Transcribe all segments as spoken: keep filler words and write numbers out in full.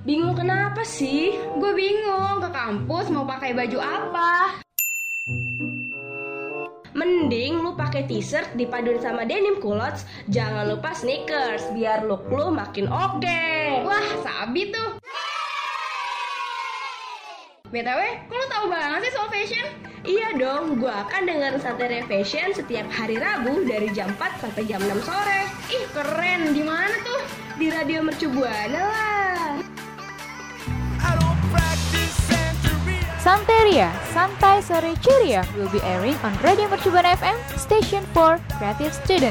Bingung kenapa sih? Gue bingung ke kampus mau pakai baju apa. Mending lu pakai t-shirt dipaduin sama denim culottes, jangan lupa sneakers biar look lu makin oke. Okay. Wah, sabi tuh. B T W, kok lu tahu banget sih soal fashion? Iya dong, gue akan dengerin Santeria Fashion setiap hari Rabu dari jam empat sampai jam enam sore. Ih, keren. Di mana tuh? Di Radio Mercu Buana lah. Santeria, santai sore ceria will be airing on Radio Mercu Buana F M, station for creative student.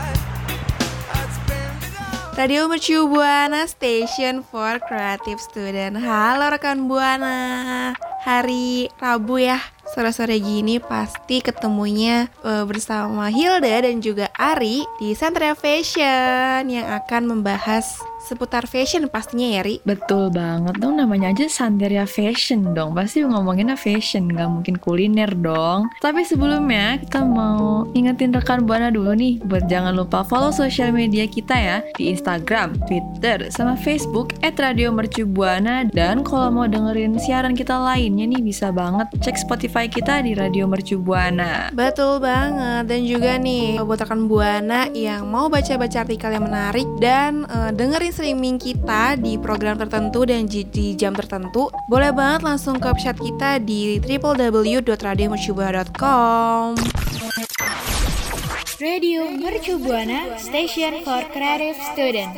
Radio Mercu Buana, station for creative student. Halo rekan Buana, hari Rabu ya, sore-sore gini pasti ketemunya uh, bersama Hilda dan juga Ari di Santeria Fashion yang akan membahas seputar fashion pastinya ya, Ri? Betul banget dong, namanya aja Santeria Fashion dong. Pasti ngomonginnya fashion, gak mungkin kuliner dong. Tapi sebelumnya kita mau ingetin rekan Buana dulu nih, buat jangan lupa follow sosial media kita ya, di Instagram, Twitter, sama Facebook at Radio Mercu Buana. Dan kalau mau dengerin siaran kita lainnya nih, bisa banget cek Spotify kita di Radio Mercu Buana. Betul banget. Dan juga nih buat rekan Buana yang mau baca-baca artikel yang menarik dan uh, dengerin streaming kita di program tertentu dan di jam tertentu, boleh banget langsung ke website kita di w w w dot radio mercu buana dot com. Radio Mercu Buana, station for creative student.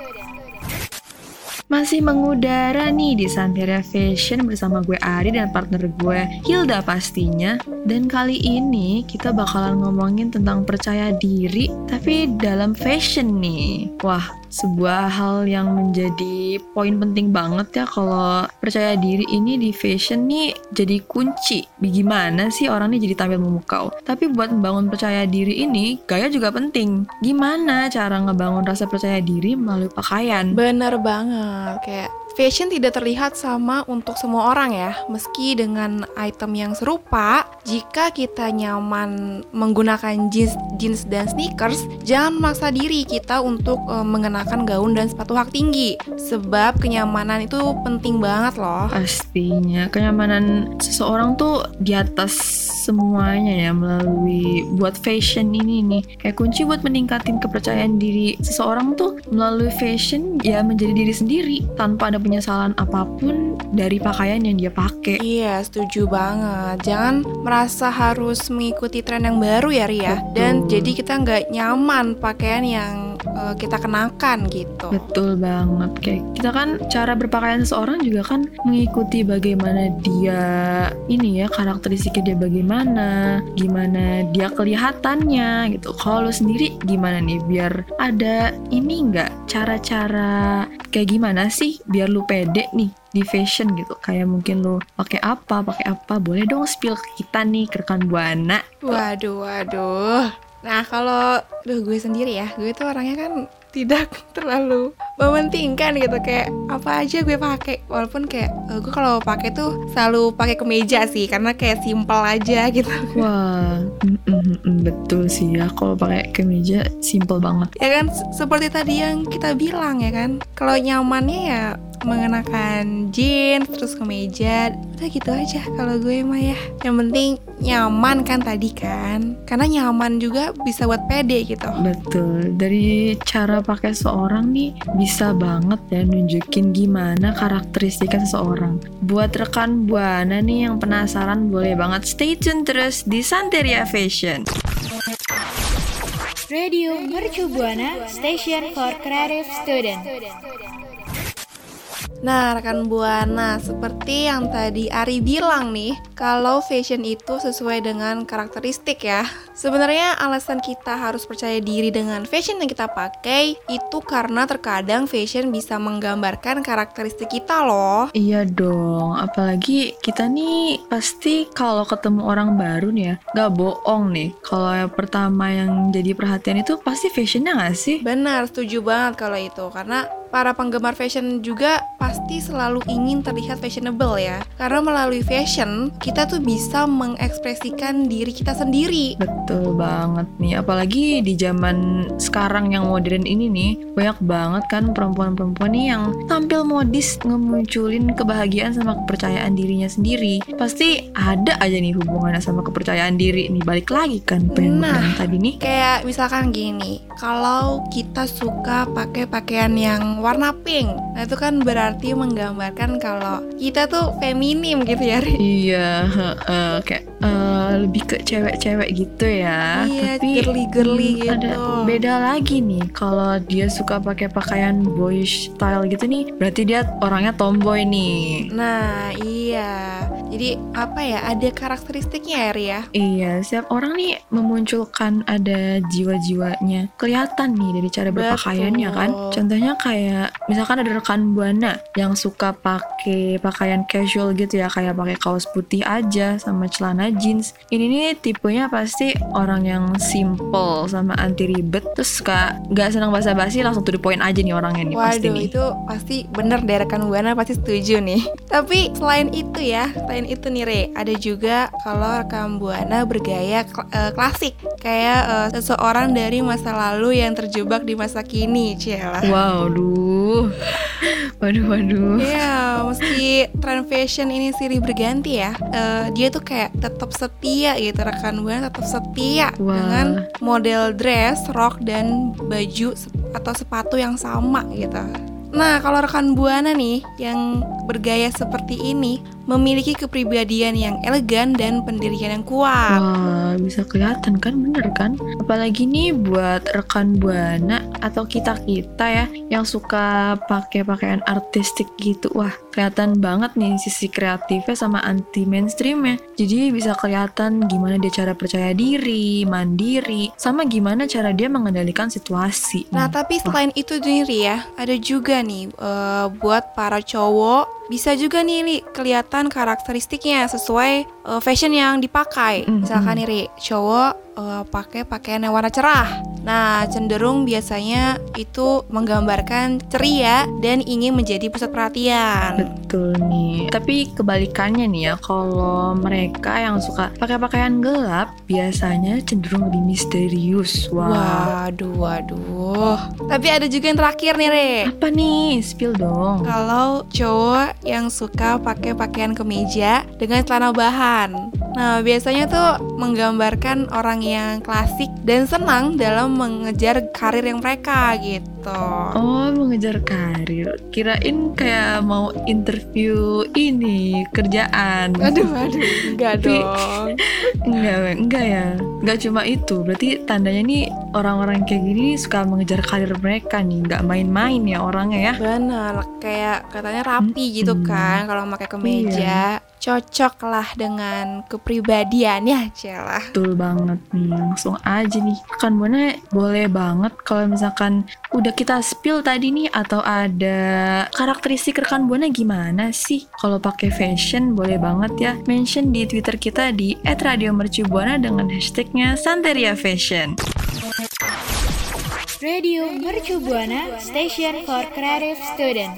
Masih mengudara nih di Santeria Fashion bersama gue Ari dan partner gue Hilda pastinya. Dan kali ini kita bakalan ngomongin tentang percaya diri tapi dalam fashion nih. Wah, sebuah hal yang menjadi poin penting banget ya, kalau percaya diri ini di fashion nih jadi kunci. Gimana sih orang nih jadi tampil memukau? Tapi buat membangun percaya diri ini, gaya juga penting. Gimana cara ngebangun rasa percaya diri melalui pakaian? Bener banget, kayak fashion tidak terlihat sama untuk semua orang ya. Meski dengan item yang serupa, jika kita nyaman menggunakan jeans, jeans dan sneakers, jangan memaksa diri kita untuk e, mengenakan gaun dan sepatu hak tinggi. Sebab kenyamanan itu penting banget loh. Pastinya, kenyamanan seseorang tuh di atas semuanya ya, melalui buat fashion ini nih. Kayak kunci buat meningkatin kepercayaan diri seseorang tuh melalui fashion ya, menjadi diri sendiri tanpa ada penyesalan apapun dari pakaian yang dia pakai. Iya, setuju banget. Jangan merasa harus mengikuti tren yang baru ya, Ria. Dan jadi kita nggak nyaman pakaian yang uh, kita kenakan gitu. Betul banget. Kayak kita kan cara berpakaian seseorang juga kan mengikuti bagaimana dia ini ya, karakteristiknya dia bagaimana, gimana dia kelihatannya gitu. Kalau lu sendiri gimana nih, biar ada ini nggak cara-cara kayak gimana sih biar lu pede nih di fashion gitu? Kayak mungkin lu pakai apa, pakai apa, boleh dong spill ke kita nih, ke rekan Buana. Waduh, waduh. Nah, kalau duh, gue sendiri ya, gue tuh orangnya kan tidak terlalu mementingkan gitu, kayak apa aja gue pakai. Walaupun kayak uh, gue kalau pakai tuh selalu pakai kemeja sih, karena kayak simple aja gitu. Wah, mm, mm, mm, betul sih ya, kalau pakai kemeja simple banget. Ya kan, seperti tadi yang kita bilang ya kan, kalau nyamannya ya mengenakan jeans terus kemeja, udah gitu aja kalau gue mah ya. Yang penting nyaman kan tadi kan, karena nyaman juga bisa buat pede gitu. Betul, dari cara pakai seorang nih bisa banget ya nunjukin gimana karakteristiknya seseorang. Buat rekan Buana nih yang penasaran, boleh banget stay tune terus di Santeria Fashion. Radio Mercu Buana, station for creative student. Nah, rekan Buana, seperti yang tadi Ari bilang nih, kalau fashion itu sesuai dengan karakteristik ya. Sebenarnya alasan kita harus percaya diri dengan fashion yang kita pakai itu karena terkadang fashion bisa menggambarkan karakteristik kita loh. Iya dong, apalagi kita nih pasti kalau ketemu orang baru nih ya, gak bohong nih, kalau yang pertama yang jadi perhatian itu pasti fashionnya gak sih? Benar, setuju banget kalau itu, karena para penggemar fashion juga pasti selalu ingin terlihat fashionable ya. Karena melalui fashion, kita tuh bisa mengekspresikan diri kita sendiri. Betul banget nih, apalagi di zaman sekarang yang modern ini nih, banyak banget kan perempuan-perempuan nih yang tampil modis ngemunculin kebahagiaan sama kepercayaan dirinya sendiri. Pasti ada aja nih hubungannya sama kepercayaan diri nih, balik lagi kan pengen Nah, tadi nih. Kayak misalkan gini, kalau kita suka pakai pakaian yang warna pink, nah itu kan berarti menggambarkan kalau kita tuh feminim gitu ya, Ri. Iya, heeh, kayak eh, lebih ke cewek-cewek gitu ya. Iya, Tapi girly-girly hmm, gitu. ada beda lagi nih. Kalau dia suka pakai pakaian boyish style gitu nih, berarti dia orangnya tomboy nih. Nah, iya. Jadi apa ya? Ada karakteristiknya ya, Ri ya. Iya, setiap orang nih memunculkan ada jiwa-jiwanya. Kelihatan nih dari cara berpakaiannya kan. Contohnya kayak misalkan ada rekan Buana yang suka pakai pakaian casual gitu ya, kayak pakai kaos putih aja sama celana jeans. Ini nih tipenya pasti orang yang simple sama anti ribet, terus suka nggak senang basa-basi, langsung to the point aja nih orangnya nih. Pasti Waduh, nih. itu pasti bener deh, rekan Buana pasti setuju nih. Tapi selain itu ya, selain itu nih Re, ada juga kalau rekan Buana bergaya kl- eh, klasik, kayak eh, seseorang dari masa lalu yang terjebak di masa kini, cielah. Wow, duh. Waduh, waduh. Iya, meski tren fashion ini silih berganti ya, eh, dia tuh kayak tetap setia gitu, rekan Buana tetap setia Wah. dengan model dress, rok dan baju sep- atau sepatu yang sama gitu. Nah, kalau rekan Buana nih yang bergaya seperti ini memiliki kepribadian yang elegan dan pendirian yang kuat. Wah, bisa kelihatan kan, bener kan? Apalagi nih buat rekan Buana atau kita-kita ya yang suka pakai pakaian artistik gitu. Wah, kelihatan banget nih sisi kreatifnya sama anti mainstreamnya. Jadi bisa kelihatan gimana dia cara percaya diri, mandiri, sama gimana cara dia mengendalikan situasi. Nah, tapi selain itu sendiri ya, ada juga nih eh, buat para cowok bisa juga nih Ri, kelihatan karakteristiknya sesuai eh, fashion yang dipakai. Mm-mm. Misalkan nih Ri, cowok eh, pakai pakaian yang warna cerah. Nah, cenderung biasanya itu menggambarkan ceria dan ingin menjadi pusat perhatian. Betul nih. Tapi kebalikannya nih ya, kalau mereka yang suka pakai pakaian gelap biasanya cenderung lebih misterius. Wah. Waduh, waduh. Tapi ada juga yang terakhir nih Re. Apa nih? Spill dong. Kalau cowok yang suka pakai pakaian kemeja dengan celana bahan. Nah, biasanya tuh menggambarkan orang yang klasik dan senang dalam mengejar karir yang mereka gitu. Oh, mengejar karir. Kirain kayak mau interview ini, kerjaan. Aduh, aduh, enggak Tapi- dong. Enggak, Weng. enggak ya. Enggak cuma itu. Berarti tandanya nih orang-orang kayak gini suka mengejar karir mereka nih. Enggak main-main ya orangnya ya. Bener, kayak katanya rapi gitu Hmm. kan kalau pakai kemeja. Cocok lah dengan kepribadiannya, celah. Betul banget nih, langsung aja nih. Kan Buana boleh banget kalau misalkan udah kita spill tadi nih, atau ada karakteristik rekan Buana gimana sih kalau pakai fashion, boleh banget ya mention di Twitter kita di et radio mercubuana dengan hashtagnya Santeria Fashion. Radio Mercu Buana, Station for Creative Student.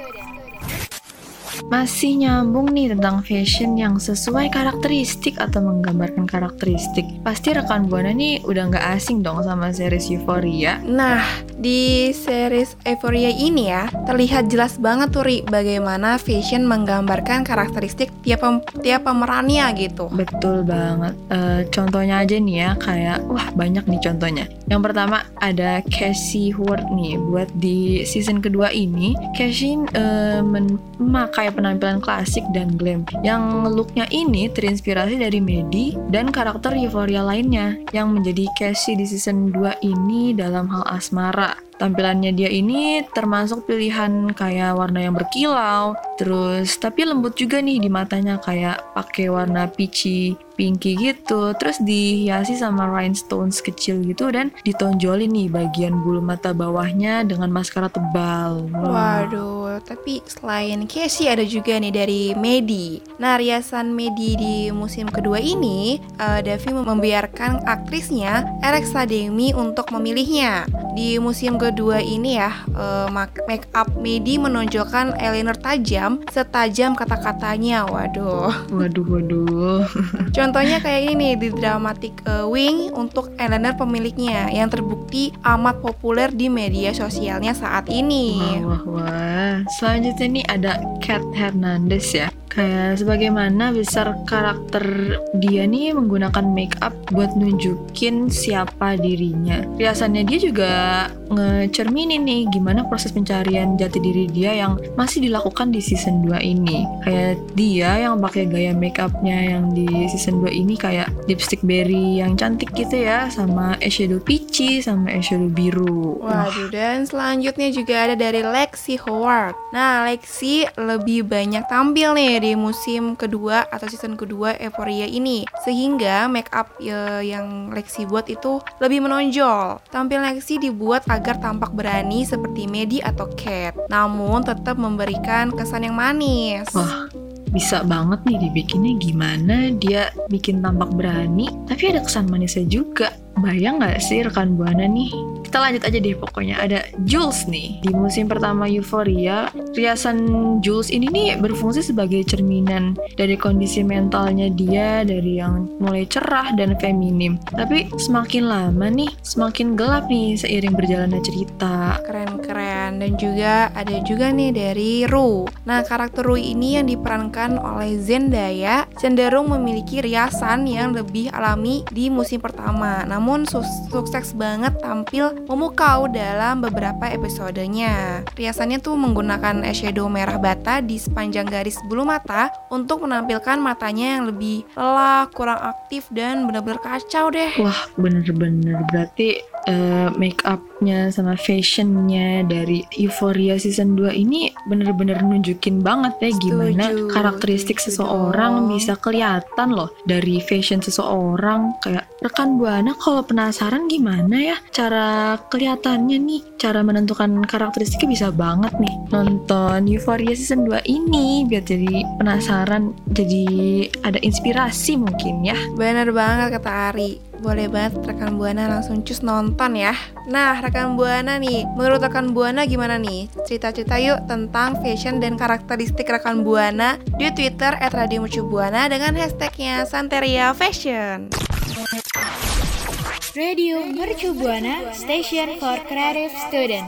Masih nyambung nih tentang fashion yang sesuai karakteristik atau menggambarkan karakteristik. Pasti rekan Buana nih udah nggak asing dong sama series Euphoria. Nah, di series Euphoria ini ya, terlihat jelas banget tuh Ri, bagaimana fashion menggambarkan karakteristik tiap pem- tiap pemerannya gitu. Betul banget. Eh, contohnya aja nih ya, kayak wah banyak nih contohnya. Yang pertama ada Cassie Howard nih. Buat di season kedua ini, Cassie eh, men- memakai penampilan klasik dan glam. Yang looknya ini terinspirasi dari Maddie dan karakter Euphoria lainnya yang menjadi Cassie di season dua ini dalam hal asmara. Tampilannya dia ini termasuk pilihan kayak warna yang berkilau, terus tapi lembut juga nih di matanya, kayak pakai warna peachy pinky gitu, terus dihiasi sama rhinestones kecil gitu dan ditonjolin nih bagian bulu mata bawahnya dengan maskara tebal. Wah. Waduh, Uh, tapi selain Casey ada juga nih dari Medi. Nah, riasan Medi di musim kedua ini, uh, Davi membiarkan aktrisnya Alexa Demi untuk memilihnya. Di musim kedua ini ya, uh, make up Medi menonjolkan eyeliner tajam, setajam kata-katanya. Waduh. Waduh, waduh. Contohnya kayak ini di Dramatic uh, Wing untuk eyeliner pemiliknya yang terbukti amat populer di media sosialnya saat ini. Wah, wah, wah. Selanjutnya nih ada Kat Hernandez ya. Kayak sebagaimana besar karakter dia nih menggunakan make up buat nunjukin siapa dirinya. Riasannya dia juga ngecerminin nih gimana proses pencarian jati diri dia yang masih dilakukan di season dua ini. Kayak dia yang pakai gaya make upnya yang di season dua ini kayak lipstick berry yang cantik gitu ya, sama eyeshadow peachy, sama eyeshadow biru. Waduh, dan selanjutnya juga ada dari Lexi Howard. Nah, Lexi lebih banyak tampil nih di musim kedua atau season kedua Euphoria ini, sehingga make up ya, yang Lexi buat itu lebih menonjol. Tampil Lexi dibuat agar tampak berani seperti Medi atau Kat, namun tetap memberikan kesan yang manis. Wah, bisa banget nih dibikinnya gimana dia bikin tampak berani tapi ada kesan manisnya juga. Bayang gak sih rekan Buana nih? Kita lanjut aja deh, pokoknya ada Jules nih. Di musim pertama Euphoria, riasan Jules ini nih berfungsi sebagai cerminan dari kondisi mentalnya dia, dari yang mulai cerah dan feminim. Tapi semakin lama nih, semakin gelap nih seiring berjalannya cerita. Keren-keren. Dan juga ada juga nih dari Rue. Nah, karakter Rue ini yang diperankan oleh Zendaya cenderung memiliki riasan yang lebih alami di musim pertama, namun su- sukses banget tampil memukau dalam beberapa episodenya. Riasannya tuh menggunakan eyeshadow merah bata di sepanjang garis bulu mata untuk menampilkan matanya yang lebih lelah, kurang aktif, dan benar-benar kacau deh. Wah, bener-bener berarti uh, make upnya sama fashionnya dari Euphoria season dua ini bener-bener nunjukin banget ya gimana Setuju, karakteristik setuju seseorang dong. bisa kelihatan loh dari fashion seseorang. Kayak rekan Buana kalau penasaran gimana ya cara kelihatannya nih, cara menentukan karakteristiknya bisa banget nih nonton Euphoria season dua ini biar jadi penasaran, jadi ada inspirasi mungkin ya. Bener banget kata Ari. Boleh banget rekan Buana langsung cus nonton ya. Nah, rekan Buana nih, menurut rekan Buana gimana nih? Cerita-cerita yuk tentang fashion dan karakteristik rekan Buana di Twitter et radio mercu buana dengan hashtagnya Santeria Fashion. Radio Mercu Buana, Station for Creative Student.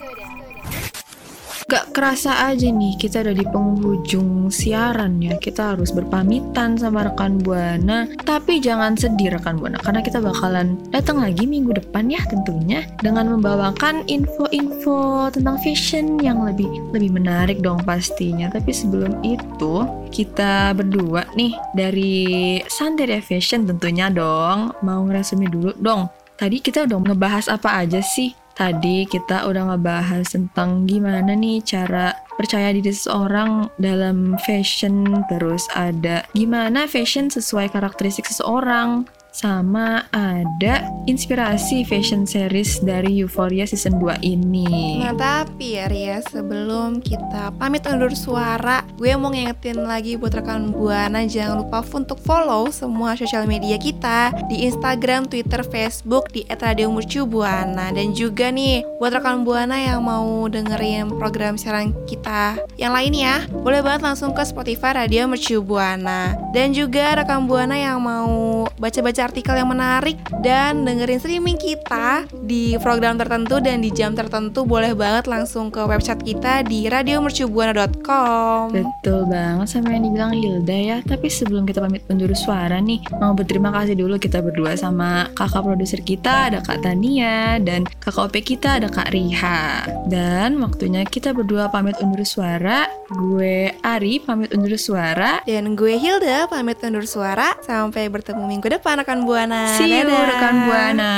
Gak kerasa aja nih kita udah di penghujung siaran ya. Kita harus berpamitan sama rekan Buana. Tapi jangan sedih rekan Buana, karena kita bakalan datang lagi minggu depan ya tentunya, dengan membawakan info-info tentang fashion yang lebih lebih menarik dong pastinya. Tapi sebelum itu kita berdua nih dari Santeria Fashion tentunya dong mau ngeresume dulu dong. Tadi kita udah ngebahas apa aja sih? Tadi kita udah ngebahas tentang gimana nih cara percaya diri seseorang dalam fashion, terus ada gimana fashion sesuai karakteristik seseorang, sama ada inspirasi fashion series dari Euphoria season dua ini. Nah tapi ya Ria, sebelum kita pamit undur suara, gue mau ngingetin lagi buat rekan Buana, jangan lupa untuk follow semua sosial media kita di Instagram, Twitter, Facebook di et radio mercu buana. Dan juga nih buat rekan Buana yang mau dengerin program siaran kita yang lain ya, boleh banget langsung ke Spotify Radio Mercu Buana. Dan juga rekan Buana yang mau baca-baca artikel yang menarik dan dengerin streaming kita di program tertentu dan di jam tertentu, boleh banget langsung ke website kita di radio mercu buana dot com. Betul banget sama yang dibilang Hilda ya. Tapi sebelum kita pamit undur suara nih, mau berterima kasih dulu kita berdua sama kakak produser kita, ada Kak Tania, dan kakak O P kita ada Kak Riha. Dan waktunya kita berdua pamit undur suara. Gue Ari pamit undur suara. Dan gue Hilda pamit undur suara. Sampai bertemu minggu depan rekan Buana. See you Dadah. rekan Buana.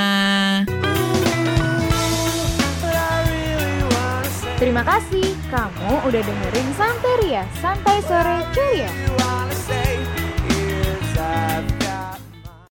Terima kasih kamu udah dengerin Santeria, Santai Sore Ceria.